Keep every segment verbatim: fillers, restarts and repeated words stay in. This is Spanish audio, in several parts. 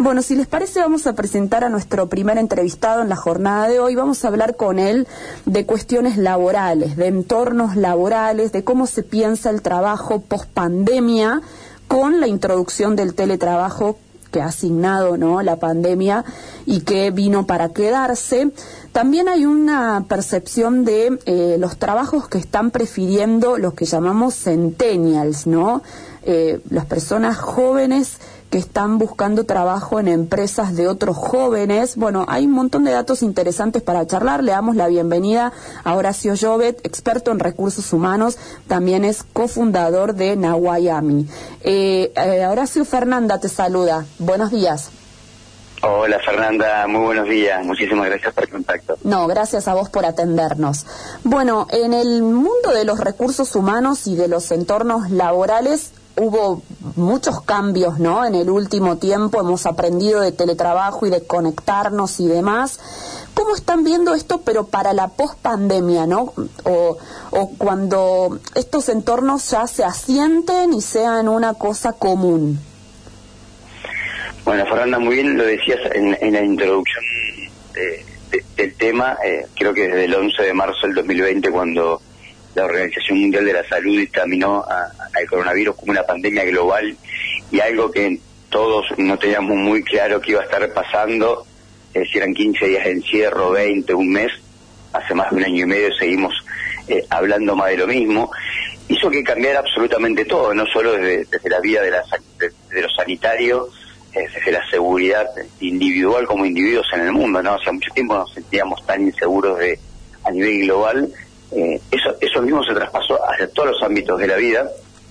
Bueno, si les parece, vamos a presentar a nuestro primer entrevistado en la jornada de hoy. Vamos a hablar con él de cuestiones laborales, de entornos laborales, de cómo se piensa el trabajo post-pandemia con la introducción del teletrabajo que ha asignado, ¿no?, la pandemia y que vino para quedarse. También hay una percepción de eh, los trabajos que están prefiriendo los que llamamos centennials, ¿no? Eh, las personas jóvenes que están buscando trabajo en empresas de otros jóvenes. Bueno, hay un montón de datos interesantes para charlar. Le damos la bienvenida a Horacio Llobet, experto en recursos humanos, también es cofundador de Nawayami. Eh, eh, Horacio, Fernanda te saluda. Buenos días. Hola Fernanda, muy buenos días, muchísimas gracias por el contacto. No, gracias a vos por atendernos. Bueno, en el mundo de los recursos humanos y de los entornos laborales hubo muchos cambios, ¿no? En el último tiempo hemos aprendido de teletrabajo y de conectarnos y demás. ¿Cómo están viendo esto, pero para la pospandemia, ¿no? O, o cuando estos entornos ya se asienten y sean una cosa común. Bueno, Fernanda, muy bien lo decías en, en la introducción de, de, del tema. Eh, creo que desde el once de marzo del dos mil veinte, cuando la Organización Mundial de la Salud dictaminó al coronavirus como una pandemia global y algo que todos no teníamos muy claro que iba a estar pasando, eh, si eran quince días de encierro, veinte, un mes, hace más de un año y medio seguimos eh, hablando más de lo mismo, hizo que cambiara absolutamente todo, no solo desde, desde la vía de, la, de, de lo sanitario, desde la seguridad individual como individuos en el mundo, ¿no? Hace mucho tiempo nos sentíamos tan inseguros de a nivel global. Eh, eso, eso mismo se traspasó hacia todos los ámbitos de la vida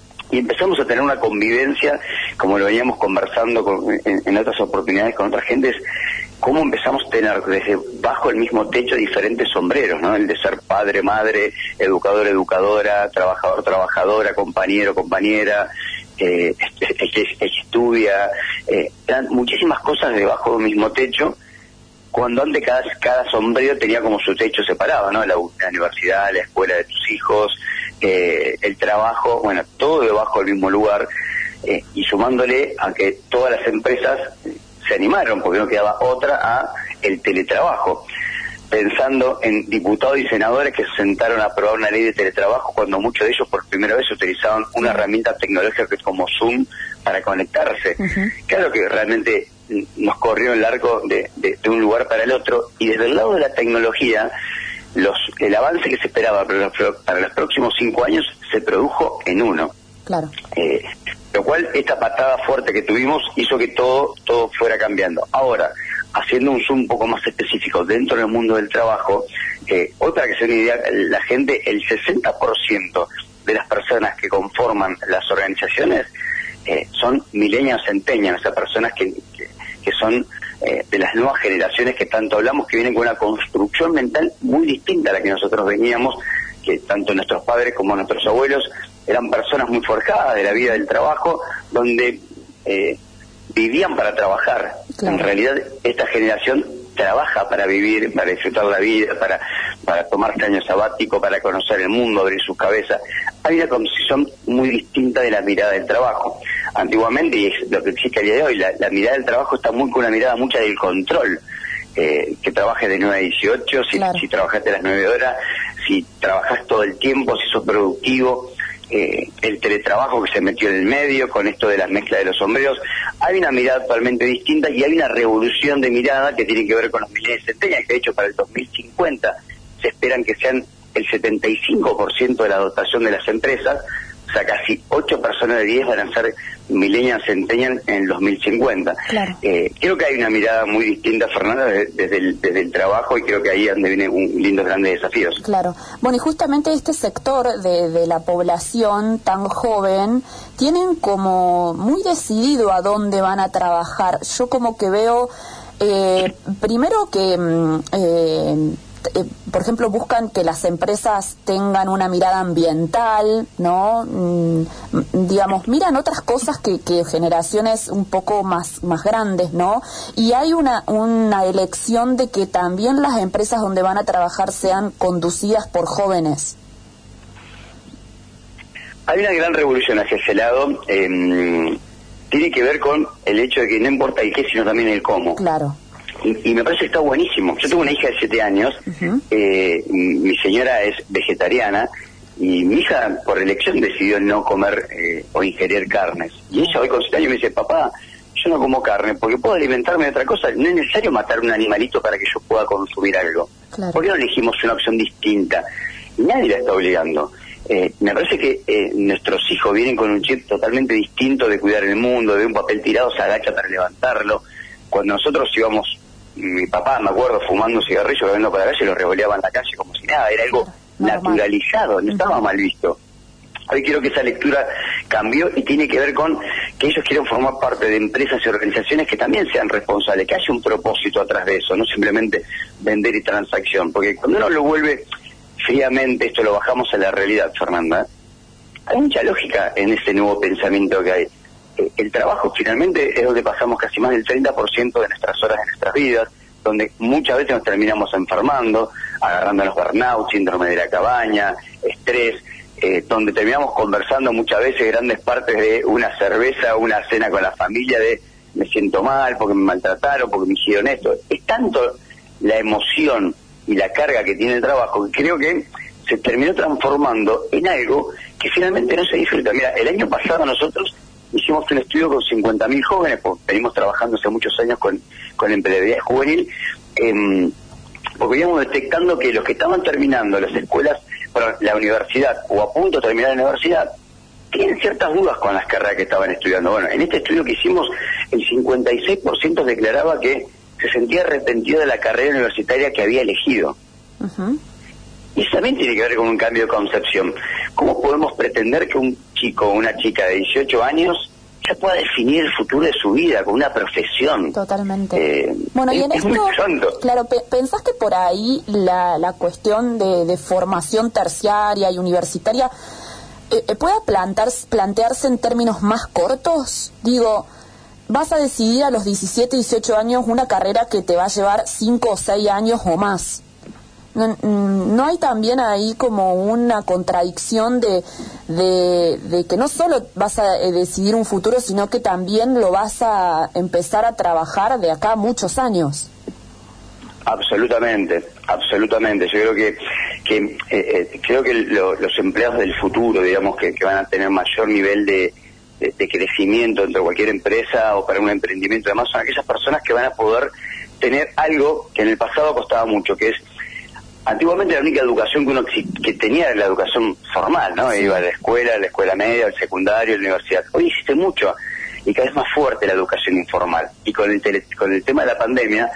y empezamos a tener una convivencia, como lo veníamos conversando con, en, en otras oportunidades con otras gentes, cómo empezamos a tener desde bajo el mismo techo diferentes sombreros, ¿no? El de ser padre, madre, educador, educadora, trabajador, trabajadora, compañero, compañera, eh, el, que, el que estudia, eh, eran muchísimas cosas debajo del mismo techo, cuando antes cada, cada sombrero tenía como su techo separado, ¿no? La, la universidad, la escuela de tus hijos, eh, el trabajo, bueno, todo debajo del mismo lugar, eh, y sumándole a que todas las empresas se animaron, porque no quedaba otra, a el teletrabajo, pensando en diputados y senadores que se sentaron a aprobar una ley de teletrabajo cuando muchos de ellos por primera vez utilizaban una herramienta tecnológica como Zoom para conectarse. Uh-huh. Claro que realmente nos corrió el arco de, de, de un lugar para el otro, y desde el lado de la tecnología, los el avance que se esperaba para los, para los próximos cinco años se produjo en uno. Claro. Eh, lo cual, esta patada fuerte que tuvimos hizo que todo todo fuera cambiando. Ahora, haciendo un zoom un poco más específico dentro del mundo del trabajo, eh, hoy, para que se den una idea, la gente, el sesenta por ciento de las personas que conforman las organizaciones eh, son millennials, centennials, o sea, personas que, que, que son eh, de las nuevas generaciones que tanto hablamos, que vienen con una construcción mental muy distinta a la que nosotros veníamos, que tanto nuestros padres como nuestros abuelos eran personas muy forjadas de la vida del trabajo, donde eh, vivían para trabajar. Claro. En realidad, esta generación trabaja para vivir, para disfrutar la vida, para, para tomarse año sabático, para conocer el mundo, abrir sus cabezas. Hay una concepción muy distinta de la mirada del trabajo. Antiguamente, y es lo que existe a día de hoy, la, la mirada del trabajo está muy con una mirada mucha del control. Eh, que trabajes de nueve a dieciocho, si, claro. si trabajaste las nueve horas, si trabajás todo el tiempo, si sos productivo. Eh, el teletrabajo que se metió en el medio con esto de las mezclas de los sombreros. Hay una mirada totalmente distinta y hay una revolución de mirada que tiene que ver con los millennials y centennials, que de hecho para el dos mil cincuenta se esperan que sean el setenta y cinco por ciento de la dotación de las empresas, o sea, casi ocho personas de diez van a ser millennials, centennials en el dos mil cincuenta. Claro. Eh, creo que hay una mirada muy distinta, Fernanda, desde, desde, el, desde el trabajo, y creo que ahí es donde vienen un, lindos grandes desafíos. Claro. Bueno, y justamente este sector de, de la población tan joven tienen como muy decidido a dónde van a trabajar. Yo como que veo, eh, primero que... Eh, Eh, por ejemplo, buscan que las empresas tengan una mirada ambiental, ¿no? Mm, digamos, miran otras cosas que, que generaciones un poco más, más grandes, ¿no? Y hay una, una elección de que también las empresas donde van a trabajar sean conducidas por jóvenes. Hay una gran revolución hacia ese lado. Eh, tiene que ver con el hecho de que no importa el qué, sino también el cómo. Claro. Y, y me parece que está buenísimo. Yo tengo una hija de siete años, uh-huh. eh, mi señora es vegetariana, y mi hija, por elección, decidió no comer eh, o ingerir carnes. Y ella hoy con siete años me dice, papá, yo no como carne porque puedo alimentarme de otra cosa. No es necesario matar un animalito para que yo pueda consumir algo. Claro. ¿Por qué no elegimos una opción distinta? Y nadie la está obligando. Eh, me parece que eh, nuestros hijos vienen con un chip totalmente distinto de cuidar el mundo, de un papel tirado se agacha para levantarlo. Cuando nosotros íbamos, mi papá, me acuerdo, fumando un cigarrillo, volviendo para la calle, lo revoleaba en la calle como si nada, era algo claro, naturalizado, no estaba mal visto. Hoy creo que esa lectura cambió y tiene que ver con que ellos quieren formar parte de empresas y organizaciones que también sean responsables, que haya un propósito atrás de eso, no simplemente vender y transacción, porque cuando uno lo vuelve fríamente, esto lo bajamos a la realidad, Fernanda, hay mucha lógica en ese nuevo pensamiento que hay. El trabajo finalmente es donde pasamos casi más del treinta por ciento de nuestras horas de nuestras vidas, donde muchas veces nos terminamos enfermando, agarrando los burnout, síndrome de la cabaña, estrés, eh, donde terminamos conversando muchas veces grandes partes de una cerveza, una cena con la familia, de me siento mal porque me maltrataron, porque me hicieron esto. Es tanto la emoción y la carga que tiene el trabajo que creo que se terminó transformando en algo que finalmente no se disfruta. Mira, el año pasado nosotros hicimos un estudio con cincuenta mil jóvenes, porque venimos trabajando hace muchos años con, con empleabilidad juvenil, eh, porque íbamos detectando que los que estaban terminando las escuelas, bueno, la universidad o a punto de terminar la universidad, tienen ciertas dudas con las carreras que estaban estudiando. Bueno, en este estudio que hicimos, el cincuenta y seis por ciento declaraba que se sentía arrepentido de la carrera universitaria que había elegido. Uh-huh. Y eso también tiene que ver con un cambio de concepción. ¿Cómo podemos pretender que un chico o una chica de dieciocho años ya pueda definir el futuro de su vida con una profesión? Totalmente. Eh, bueno, y en es, esto, es claro, pe- ¿pensás que por ahí la, la cuestión de, de formación terciaria y universitaria eh, pueda plantar, plantearse en términos más cortos? Digo, vas a decidir a los diecisiete, dieciocho años una carrera que te va a llevar cinco o seis años o más. No, no hay también ahí como una contradicción de, de, de que no solo vas a decidir un futuro, sino que también lo vas a empezar a trabajar de acá a muchos años? Absolutamente, absolutamente. Yo creo que, que eh, eh, creo que lo, los empleados del futuro, digamos, que, que van a tener mayor nivel de, de, de crecimiento dentro de cualquier empresa o para un emprendimiento, además son aquellas personas que van a poder tener algo que en el pasado costaba mucho, que es antiguamente la única educación que uno que tenía era la educación formal, ¿no? Sí. Iba a la escuela, a la escuela media, al secundario, a la universidad. Hoy existe mucho y cada vez más fuerte la educación informal. Y con el, tele, con el tema de la pandemia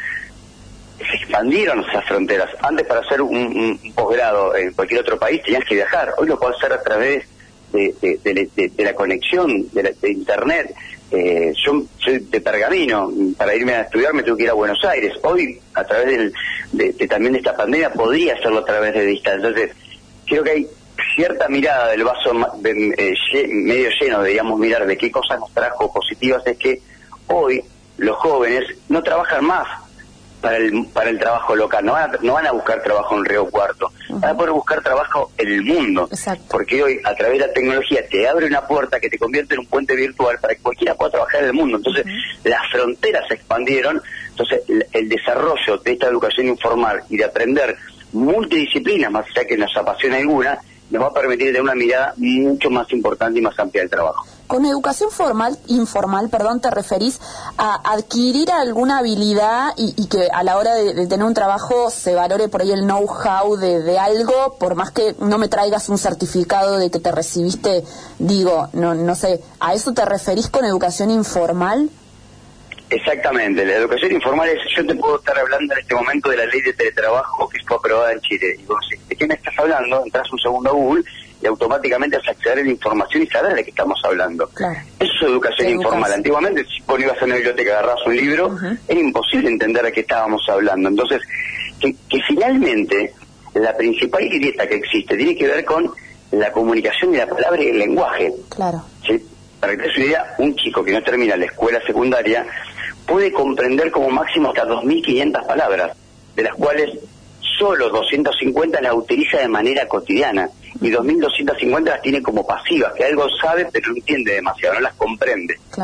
se expandieron esas fronteras. Antes, para hacer un, un, un posgrado en cualquier otro país tenías que viajar. Hoy lo puedes hacer a través de, de, de, de, de la conexión, de, la, de internet. Eh, yo soy de Pergamino, para irme a estudiar me tuve que ir a Buenos Aires. Hoy, a través del, de, de también de esta pandemia, podría hacerlo a través de distancia. Entonces, creo que hay cierta mirada del vaso de, eh, lle, medio lleno, digamos, mirar de qué cosas nos trajo positivas, es que hoy los jóvenes no trabajan más para el para el trabajo local, no van a, no van a buscar trabajo en Río Cuarto, uh-huh. van a poder buscar trabajo en el mundo. Exacto. Porque hoy a través de la tecnología te abre una puerta que te convierte en un puente virtual para que cualquiera pueda trabajar en el mundo. Entonces uh-huh. las fronteras se expandieron, entonces el, el desarrollo de esta educación informal y de aprender multidisciplinas, más allá que nos apasiona alguna, nos va a permitir tener una mirada mucho más importante y más amplia del trabajo. Con educación formal, informal, perdón, te referís a adquirir alguna habilidad y, y que a la hora de, de tener un trabajo se valore por ahí el know-how de, de algo, por más que no me traigas un certificado de que te recibiste, digo, no, no sé, ¿a eso te referís con educación informal? Exactamente, la educación informal es, yo te puedo estar hablando en este momento de la ley de teletrabajo que fue aprobada en Chile, y vos, ¿de qué me estás hablando? Entras un segundo a Google y automáticamente vas a acceder a la información y saber de qué estamos hablando. Claro. Eso es educación informal. Antiguamente, si vos ibas a una biblioteca, agarrabas un libro, uh-huh. era imposible entender de qué estábamos hablando. Entonces, que, que finalmente la principal grieta que existe tiene que ver con la comunicación de la palabra y el lenguaje. Claro. ¿Sí? Para que te des una idea, un chico que no termina la escuela secundaria puede comprender como máximo hasta dos mil quinientas palabras, de las cuales solo doscientas cincuenta las utiliza de manera cotidiana y dos mil doscientas cincuenta las tiene como pasivas, que algo sabe pero no entiende demasiado, no las comprende. Claro.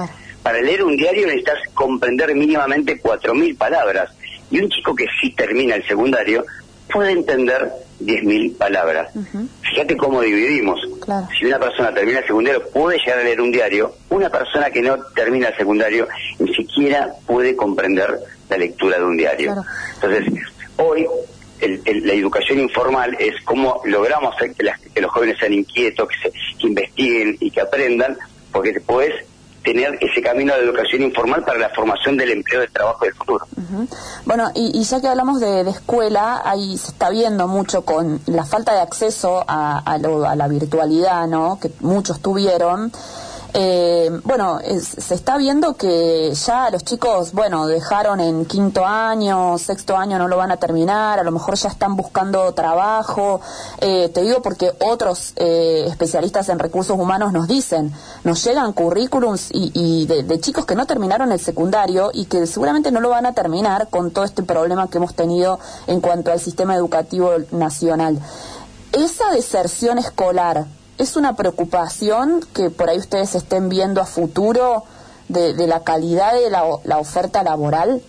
para leer un diario necesitas comprender mínimamente cuatro mil palabras. Y un chico que sí termina el secundario puede entender diez mil palabras. Uh-huh. Fíjate cómo dividimos. Claro. Si una persona termina el secundario puede llegar a leer un diario, una persona que no termina el secundario ni siquiera puede comprender la lectura de un diario. Claro. Entonces, hoy el, el, la educación informal es cómo logramos hacer que, las, que los jóvenes sean inquietos, que, se, que investiguen y que aprendan, porque después tener ese camino de educación informal para la formación del empleo de trabajo del futuro. Uh-huh. Bueno, y, y ya que hablamos de, de escuela, ahí se está viendo mucho con la falta de acceso a, a, lo, a la virtualidad, ¿no?, que muchos tuvieron. Eh, bueno, es, se está viendo que ya los chicos, bueno, dejaron en quinto año, sexto año, no lo van a terminar, a lo mejor ya están buscando trabajo. Eh, te digo porque otros eh, especialistas en recursos humanos nos dicen, nos llegan currículums y, y de, de chicos que no terminaron el secundario y que seguramente no lo van a terminar con todo este problema que hemos tenido en cuanto al sistema educativo nacional. Esa deserción escolar, ¿es una preocupación que por ahí ustedes estén viendo a futuro de, de la calidad de la, la oferta laboral?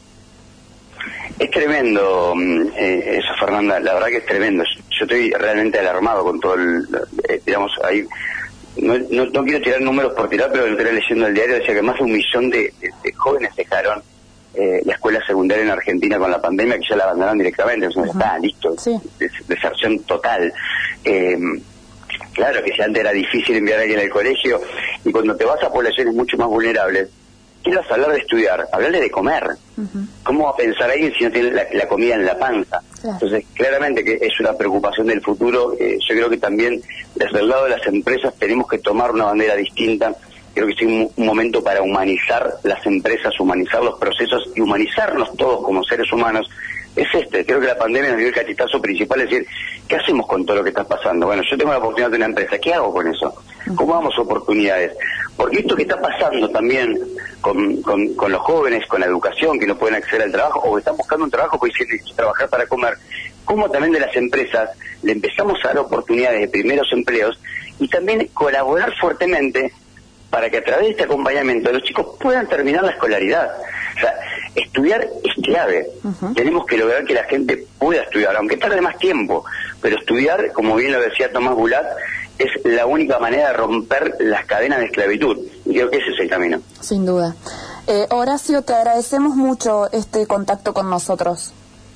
Es tremendo eh, eso, Fernanda, la verdad que es tremendo. Yo estoy realmente alarmado con todo el, eh, digamos, ahí, no, no, no quiero tirar números por tirar, pero lo que estoy leyendo el diario decía que más de un millón de, de, de jóvenes dejaron eh, la escuela secundaria en Argentina con la pandemia, que ya la abandonaron directamente, o sea, uh-huh. está listo, sí. des, deserción total. Eh, Claro que si antes era difícil enviar a alguien al colegio, y cuando te vas a poblaciones mucho más vulnerables, ¿qué vas a hablar de estudiar? Hablarle de comer. Uh-huh. ¿Cómo va a pensar alguien si no tiene la, la comida en la panza? Claro. Entonces, claramente que es una preocupación del futuro. Eh, yo creo que también desde el lado de las empresas tenemos que tomar una bandera distinta. Creo que es un, un momento para humanizar las empresas, humanizar los procesos y humanizarnos todos como seres humanos. Es este, creo que la pandemia nos dio el cachetazo principal, es decir, ¿qué hacemos con todo lo que está pasando? Bueno, yo tengo la oportunidad de una empresa, ¿qué hago con eso? ¿Cómo damos oportunidades? Porque esto que está pasando también con, con, con los jóvenes, con la educación, que no pueden acceder al trabajo, o que están buscando un trabajo porque quieren trabajar para comer, ¿cómo también de las empresas le empezamos a dar oportunidades de primeros empleos y también colaborar fuertemente para que a través de este acompañamiento los chicos puedan terminar la escolaridad? O sea, estudiar es clave. Uh-huh. Tenemos que lograr que la gente pueda estudiar, aunque tarde más tiempo, pero estudiar, como bien lo decía Tomás Bulat, es la única manera de romper las cadenas de esclavitud, y creo que ese es el camino. Sin duda. Eh, Horacio, te agradecemos mucho este contacto con nosotros.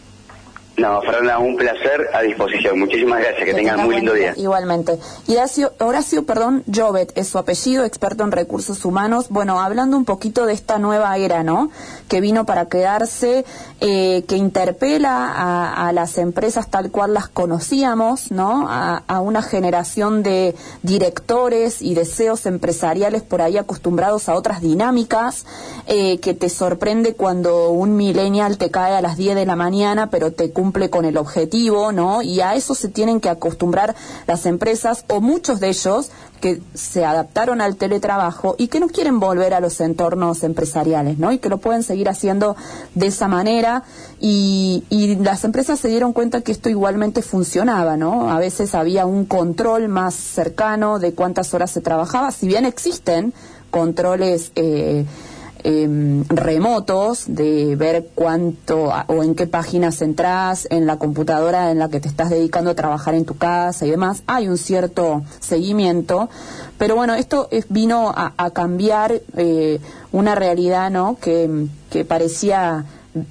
No, Fernanda, un placer, a disposición. Muchísimas gracias, que, que tengan muy lindo día. Igualmente. Y Horacio, Horacio, perdón, Llobet es su apellido, experto en recursos humanos. Bueno, hablando un poquito de esta nueva era, ¿no?, que vino para quedarse, eh, que interpela a, a las empresas tal cual las conocíamos, ¿no?, a, a una generación de directores y deseos empresariales por ahí acostumbrados a otras dinámicas, eh, que te sorprende cuando un millennial te cae a las diez de la mañana, pero te cumple con el objetivo, ¿no? Y a eso se tienen que acostumbrar las empresas, o muchos de ellos que se adaptaron al teletrabajo y que no quieren volver a los entornos empresariales, ¿no? Y que lo pueden seguir haciendo de esa manera, y, y las empresas se dieron cuenta que esto igualmente funcionaba, ¿no? A veces había un control más cercano de cuántas horas se trabajaba, si bien existen controles eh, Eh, remotos de ver cuánto o en qué páginas entras en la computadora en la que te estás dedicando a trabajar en tu casa y demás, hay un cierto seguimiento, pero bueno, esto es, vino a, a cambiar eh, una realidad, ¿no?, que, que parecía,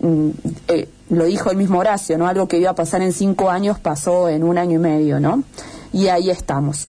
eh, lo dijo el mismo Horacio, ¿no?, algo que iba a pasar en cinco años pasó en un año y medio, ¿no?, y ahí estamos.